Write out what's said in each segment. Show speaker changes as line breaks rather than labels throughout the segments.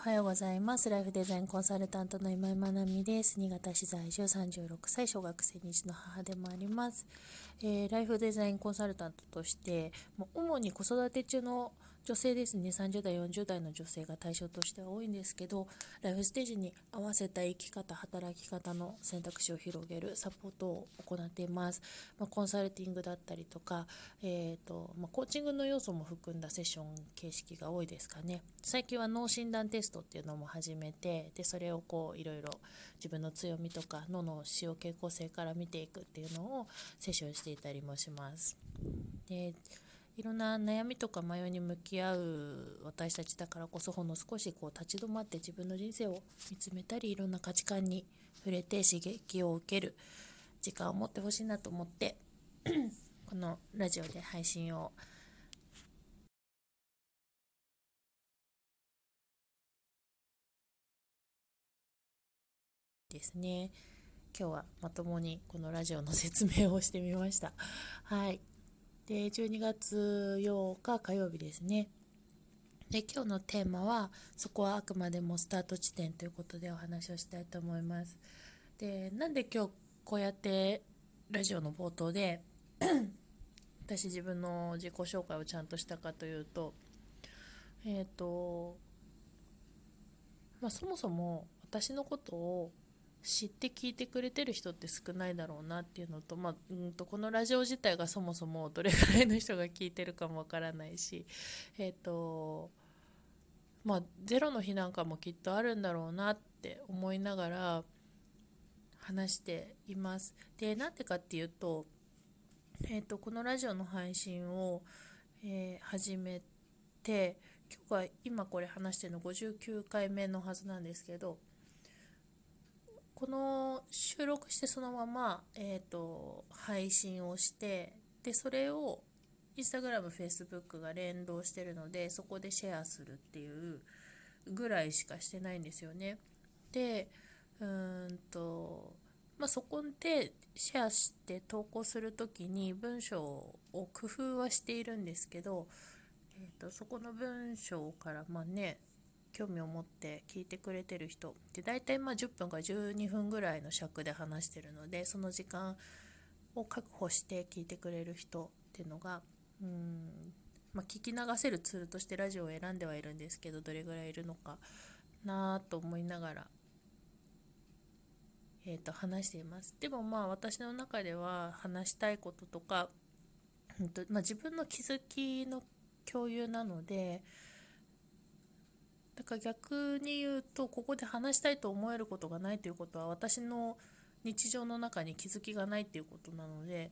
はようございます。ライフデザインコンサルタントの今井まなみです。新潟市在住36歳、小学生2児の母でもあります。ライフデザインコンサルタントとして、主に子育て中の女性ですね、30代、40代の女性が対象としては多いんですけど、ライフステージに合わせた生き方、働き方の選択肢を広げるサポートを行っています。コンサルティングだったりとか、コーチングの要素も含んだセッション形式が多いですかね。最近は脳診断テストっていうのも始めて、でそれをいろいろ自分の強みとか脳の使用傾向性から見ていくっていうのをセッションしていたりもします。でいろんな悩みとか迷いに向き合う私たちだからこそ、ほんの少し立ち止まって自分の人生を見つめたり、いろんな価値観に触れて刺激を受ける時間を持ってほしいなと思ってこのラジオで配信をですね。今日はまともにこのラジオの説明をしてみました。はい。で、12月8日火曜日ですね。で、今日のテーマは、そこはあくまでもスタート地点ということでお話をしたいと思います。で、なんで今日こうやってラジオの冒頭で私自分の自己紹介をちゃんとしたかというと、えっ、と、そもそも私のことを知って聞いてくれてる人って少ないだろうなっていうのと、このラジオ自体がそもそもどれくらいの人が聞いてるかもわからないし、ゼロの日なんかもきっとあるんだろうなって思いながら話しています。で、なんでかっていうと、このラジオの配信を、始めて、今日が今これ話してるの59回目のはずなんですけど、この収録してそのまま、配信をして、でそれをインスタグラム、フェイスブックが連動してるので、そこでシェアするっていうぐらいしかしてないんですよね。で、そこでシェアして投稿するときに文章を工夫はしているんですけど、そこの文章から興味を持って聞いてくれてる人で、大体10分から12分ぐらいの尺で話してるので、その時間を確保して聞いてくれる人っていうのが聞き流せるツールとしてラジオを選んではいるんですけど、どれぐらいいるのかなと思いながら、話しています。でも私の中では話したいこととか、自分の気づきの共有なので、だから逆に言うと、ここで話したいと思えることがないということは、私の日常の中に気づきがないということなので、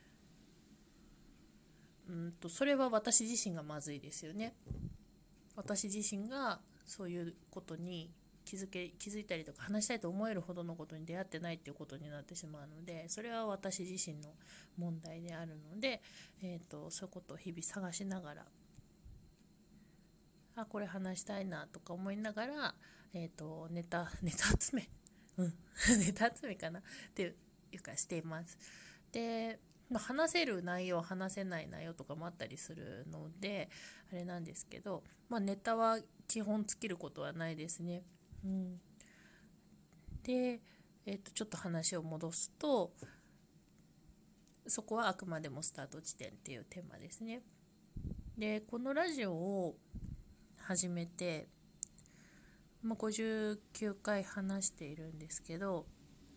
それは私自身がまずいですよね。私自身がそういうことに気づいたりとか、話したいと思えるほどのことに出会ってないっていうことになってしまうので、それは私自身の問題であるので、そういうことを日々探しながら、これ話したいなとか思いながら、ネタ集め、ネタ集めかなっていうかしています。で、話せる内容、話せない内容とかもあったりするのであれなんですけど、ネタは基本尽きることはないですね。で、ちょっと話を戻すと、そこはあくまでもスタート地点っていうテーマですね。で、このラジオを始めて、59回話しているんですけど、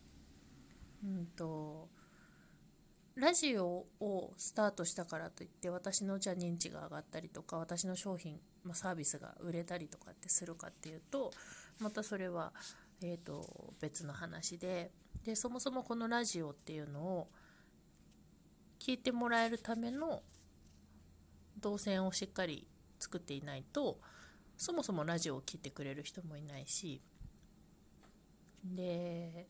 ラジオをスタートしたからといって私のじゃあ認知が上がったりとか、私の商品、サービスが売れたりとかってするかっていうと、またそれは、別の話で、そもそもこのラジオっていうのを聞いてもらえるための動線をしっかり作っていないと、そもそもラジオを聞いてくれる人もいないし、で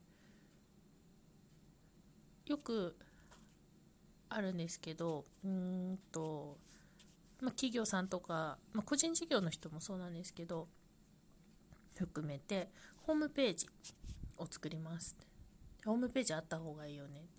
よくあるんですけど、企業さんとか、個人事業の人もそうなんですけど含めて、ホームページを作ります。ホームページあった方がいいよね。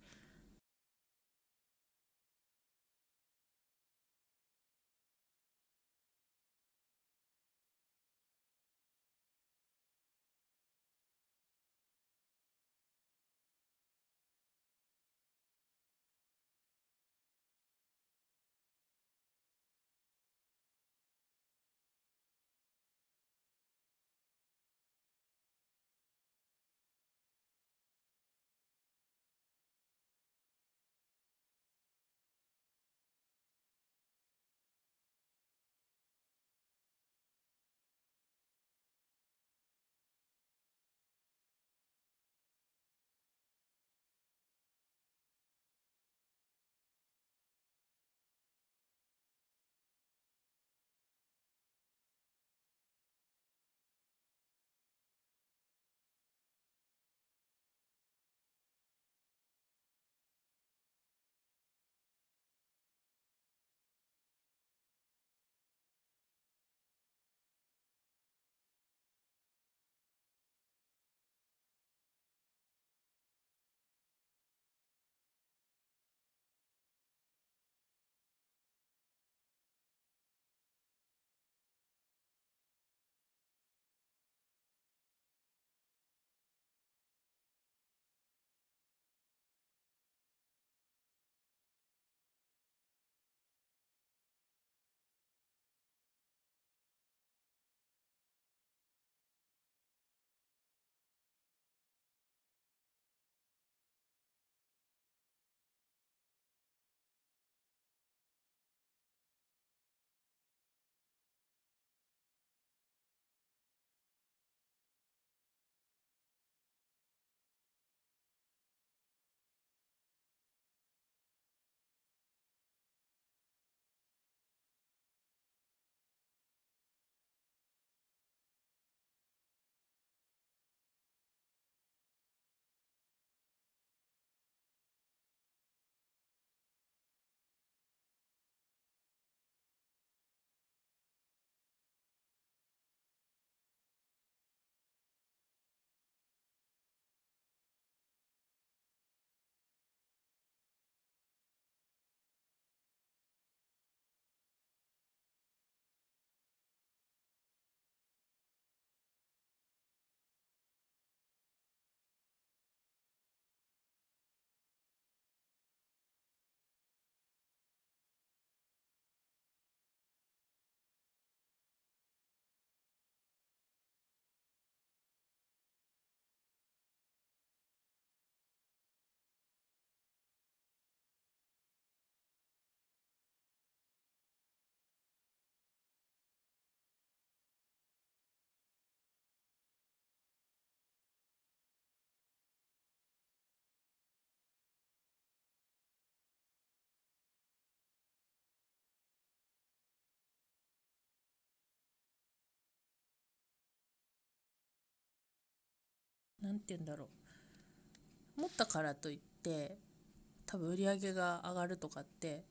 なんて言うんだろう、持ったからといって多分売り上げが上がるとかって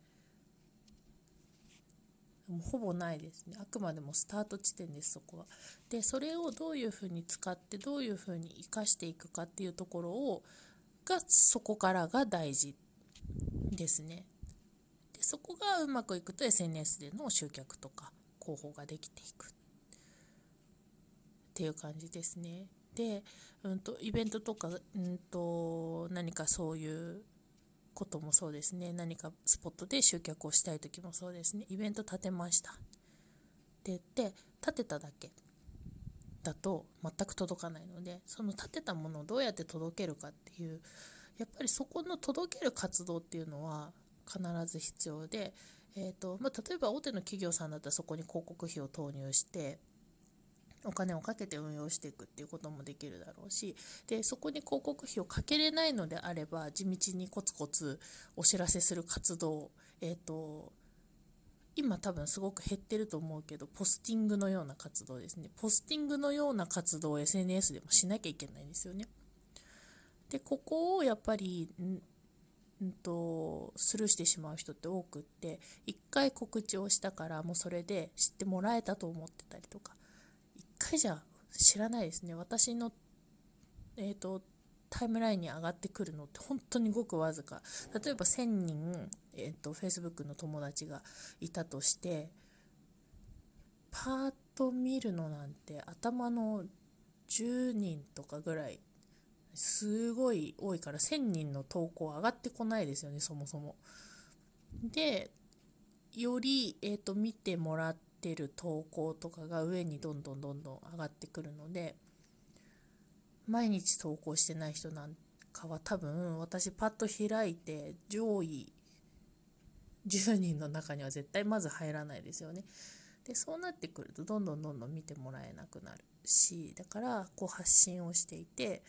もうほぼないですね。あくまでもスタート地点です、そこは。でそれをどういうふうに使ってどういうふうに生かしていくかっていうところがそこからが大事ですね。でそこがうまくいくと SNS での集客とか広報ができていくっていう感じですね。で、イベントとか、何かそういうこともそうですね。何かスポットで集客をしたい時もそうですね。イベント立てましたって言って立てただけだと全く届かないので、その立てたものをどうやって届けるかっていう、やっぱりそこの届ける活動っていうのは必ず必要で、例えば大手の企業さんだったらそこに広告費を投入してお金をかけて運用していくっていうこともできるだろうし、でそこに広告費をかけれないのであれば地道にコツコツお知らせする活動、今多分すごく減ってると思うけど、ポスティングのような活動ですね。ポスティングのような活動を SNS でもしなきゃいけないんですよね。でここをやっぱりスルーしてしまう人って多くって、一回告知をしたからもうそれで知ってもらえたと思ってたりとか、一回じゃ知らないですね。私の、タイムラインに上がってくるのって本当にごくわずか。例えば1000人、Facebook の友達がいたとして、パーッと見るのなんて頭の10人とかぐらい、すごい多いから1000人の投稿上がってこないですよね、そもそも。でより、見てもらってる投稿とかが上にどんどん上がってくるので、毎日投稿してない人なんかは多分私パッと開いて上位10人の中には絶対まず入らないですよね。でそうなってくるとどんどん見てもらえなくなるし、だからこう発信をしていて、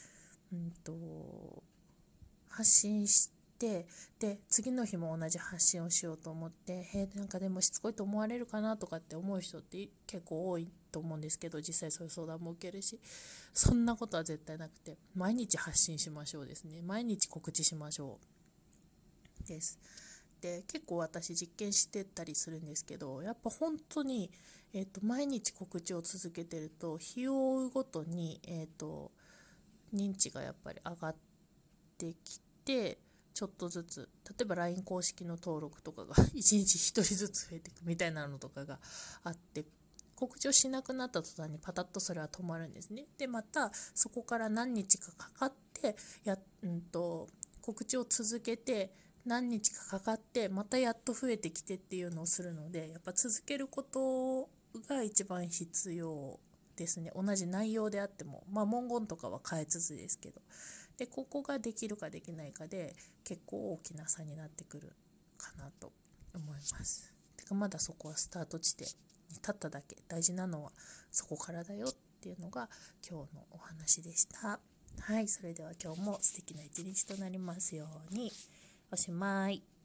発信してで次の日も同じ発信をしようと思って、なんかでもしつこいと思われるかなとかって思う人って結構多いと思うんですけど、実際そういう相談も受けるし、そんなことは絶対なくて、毎日発信しましょうですね。毎日告知しましょうです。で結構私実験してたりするんですけど、やっぱ本当に、毎日告知を続けてると日を追うごとに、認知がやっぱり上がってきて、ちょっとずつ例えば LINE 公式の登録とかが1日1人ずつ増えていくみたいなのとかがあって、告知をしなくなった途端にパタッとそれは止まるんですね。でまたそこから何日かかかって告知を続けて何日かかかってまたやっと増えてきてっていうのをするので、やっぱ続けることが一番必要ですね。同じ内容であっても、文言とかは変えつつですけど、でここができるかできないかで結構大きな差になってくるかなと思います。てかまだそこはスタート地点に立っただけ、大事なのはそこからだよっていうのが今日のお話でした。はい、それでは今日も素敵な一日となりますように。おしまい。